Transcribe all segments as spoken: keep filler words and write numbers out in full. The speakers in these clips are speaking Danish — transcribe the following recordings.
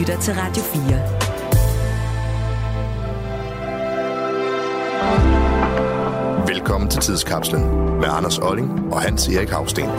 lytter til Radio fire. Velkommen til Tidskapslen med Anders Olling og Hans Erik Hausten.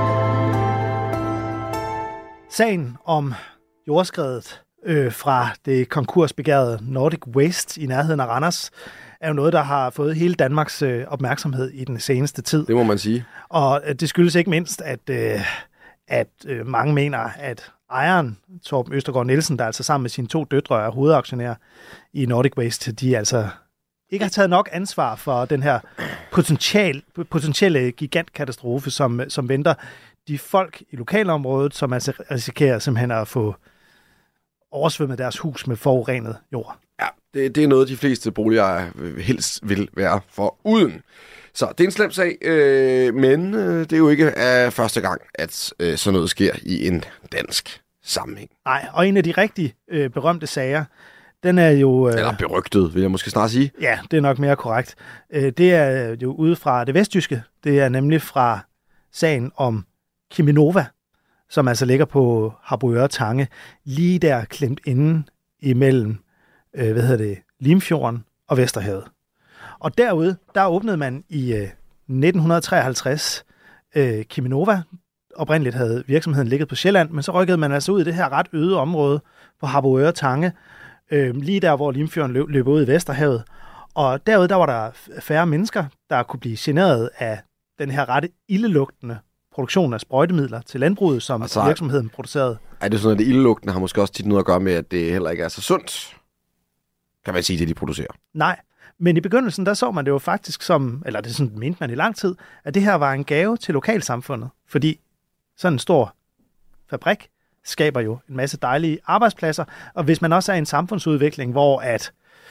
Sagen om jordskredet øh, fra det konkursbegærede Nordic Waste i nærheden af Randers er jo noget, der har fået hele Danmarks øh, opmærksomhed i den seneste tid. Det må man sige. Og øh, det skyldes ikke mindst, at, øh, at øh, mange mener, at ejeren, Torben Østergaard Nielsen, der altså sammen med sine to døtre er hovedaktionær i Nordic Waste, de altså ikke har taget nok ansvar for den her potential, potentielle gigantkatastrofe, som, som venter de folk i lokalområdet, som altså risikerer simpelthen at få oversvømmet deres hus med forurenet jord. Ja, det, det er noget, de fleste boligejere helst vil være for uden. Så det er en slem sag, øh, men øh, det er jo ikke af første gang, at øh, sådan noget sker i en dansk sammenhæng. Nej, og en af de rigtig øh, berømte sager, den er jo... Øh, Eller berygtet, vil jeg måske snart sige. Ja, det er nok mere korrekt. Øh, det er jo ude fra det vestjyske. Det er nemlig fra sagen om Cheminova, som altså ligger på Harboøre Tange, lige der klemt inden imellem, øh, hvad hedder det, Limfjorden og Vesterhavet. Og derude, der åbnede man i øh, nitten treoghalvtreds øh, Cheminova. Oprindeligt havde virksomheden ligget på Sjælland, men så rykkede man altså ud i det her ret øde område på Harboøre Tange, øh, lige der, hvor Limfjorden løb, løb ud i Vesterhavet. Og derude, der var der færre mennesker, der kunne blive generet af den her ret ildelugtende produktion af sprøjtemidler til landbruget, som altså, virksomheden producerede. Er det sådan, at det ildelugtende har måske også tit noget at gøre med, at det heller ikke er så sundt, kan man sige, det de producerer? Nej, men i begyndelsen, der så man det jo faktisk som, eller det sådan mente man i lang tid, at det her var en gave til lokalsamfundet, fordi sådan en stor fabrik skaber jo en masse dejlige arbejdspladser, og hvis man også er i en samfundsudvikling, hvor at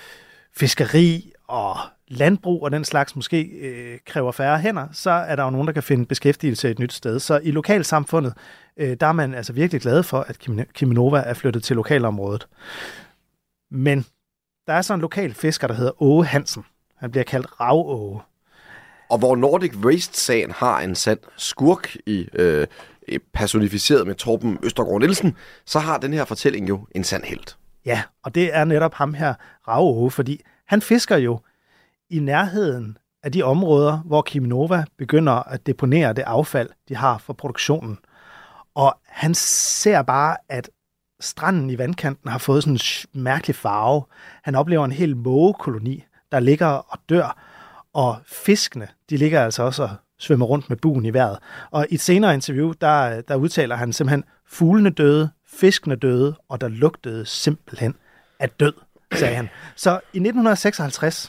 fiskeri og landbrug og den slags måske øh, kræver færre hænder, så er der jo nogen, der kan finde beskæftigelse et nyt sted. Så i lokalsamfundet, øh, der er man altså virkelig glad for, at Cheminova er flyttet til lokalområdet. Men der er så en lokal fisker, der hedder Åge Hansen. Han bliver kaldt Rav-Åge. Og hvor Nordic Waste-sagen har en sand skurk i øh, personificeret med Torben Østergaard Nielsen, så har den her fortælling jo en sand helt. Ja, og det er netop ham her, Rav-Åge, fordi han fisker jo i nærheden af de områder, hvor Cheminova begynder at deponere det affald, de har for produktionen. Og han ser bare, at stranden i vandkanten har fået sådan en mærkelig farve. Han oplever en hel mågekoloni, der ligger og dør, og fiskene, de ligger altså også og svømmer rundt med buen i vejret. Og i et senere interview, der, der udtaler han simpelthen, fuglene døde, fiskene døde, og der lugtede simpelthen af død, sagde han. Så i nitten seksoghalvtreds,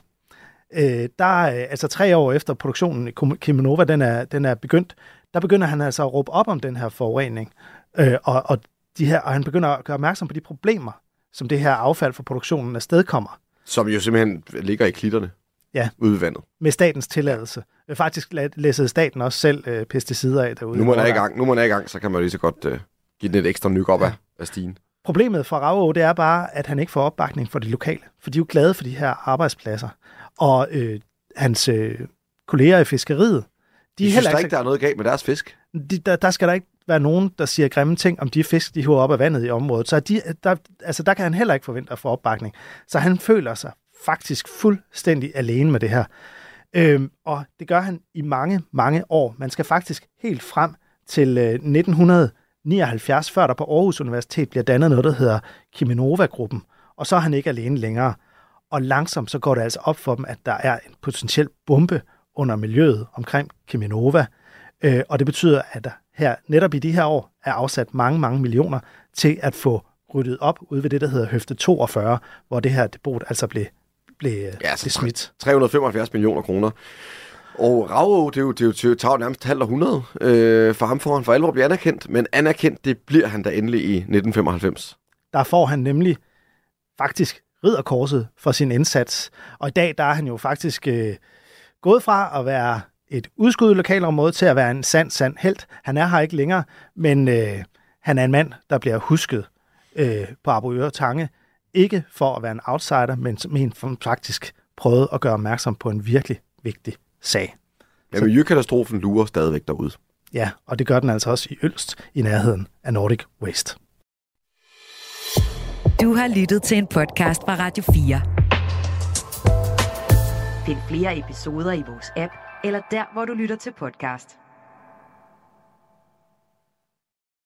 øh, der, altså tre år efter produktionen i Cheminova, den er, den er begyndt, der begynder han altså at råbe op om den her forurening, øh, og, og, de her, og han begynder at gøre opmærksom på de problemer, som det her affald fra produktionen afstedkommer. Som jo simpelthen ligger i klitterne. Ja, ude i vandet. Med statens tilladelse. Faktisk læssede staten også selv øh, pesticider af derude. Nu må man er i gang, nu man er i gang, så kan man jo lige så godt øh, give den et ekstra nyk op ja. af, af stigen. Problemet for Rav-Åge, det er bare, at han ikke får opbakning for de lokale, for de er jo glade for de her arbejdspladser. Og øh, hans øh, kolleger i fiskeriet, de, de er synes heller ikke, der er noget galt med deres fisk. De, der, der skal der ikke være nogen, der siger grimme ting om de fisk, de hiver op af vandet i området. Så de, der, altså, der kan han heller ikke forvente at få opbakning. Så han føler sig faktisk fuldstændig alene med det her. Øhm, og det gør han i mange, mange år. Man skal faktisk helt frem til øh, nitten nioghalvfjerds, før der på Aarhus Universitet bliver dannet noget, der hedder Cheminova-gruppen. Og så er han ikke alene længere. Og langsomt så går det altså op for dem, at der er en potentiel bombe under miljøet omkring Cheminova. Øh, og det betyder, at der her netop i de her år er afsat mange, mange millioner til at få ryddet op ude ved det, der hedder Høfde toogfyrre, hvor det her depot altså blev blev, ja, altså blev smidt. tre hundrede og femoghalvfjerds millioner kroner. Og Rav-Åge, det er jo, det er jo, det er jo tager nærmest halvt århundrede øh, for ham, for han for alvor bliver anerkendt, men anerkendt, det bliver han da endelig i nitten femoghalvfems. Der får han nemlig faktisk ridderkorset for sin indsats, og i dag der er han jo faktisk øh, gået fra at være et udskuddet lokalområde til at være en sand, sand helt. Han er her ikke længere, men øh, han er en mand, der bliver husket øh, på Harboøre Tange, ikke for at være en outsider, men som en, som faktisk prøvede at gøre opmærksom på en virkelig vigtig sag. Ja, miljøkatastrofen lurer stadigvæk derude. Ja, og det gør den altså også i Ølst, i nærheden af Nordic Waste. Du har lyttet til en podcast fra Radio fire. Find flere episoder i vores app, eller der, hvor du lytter til podcast.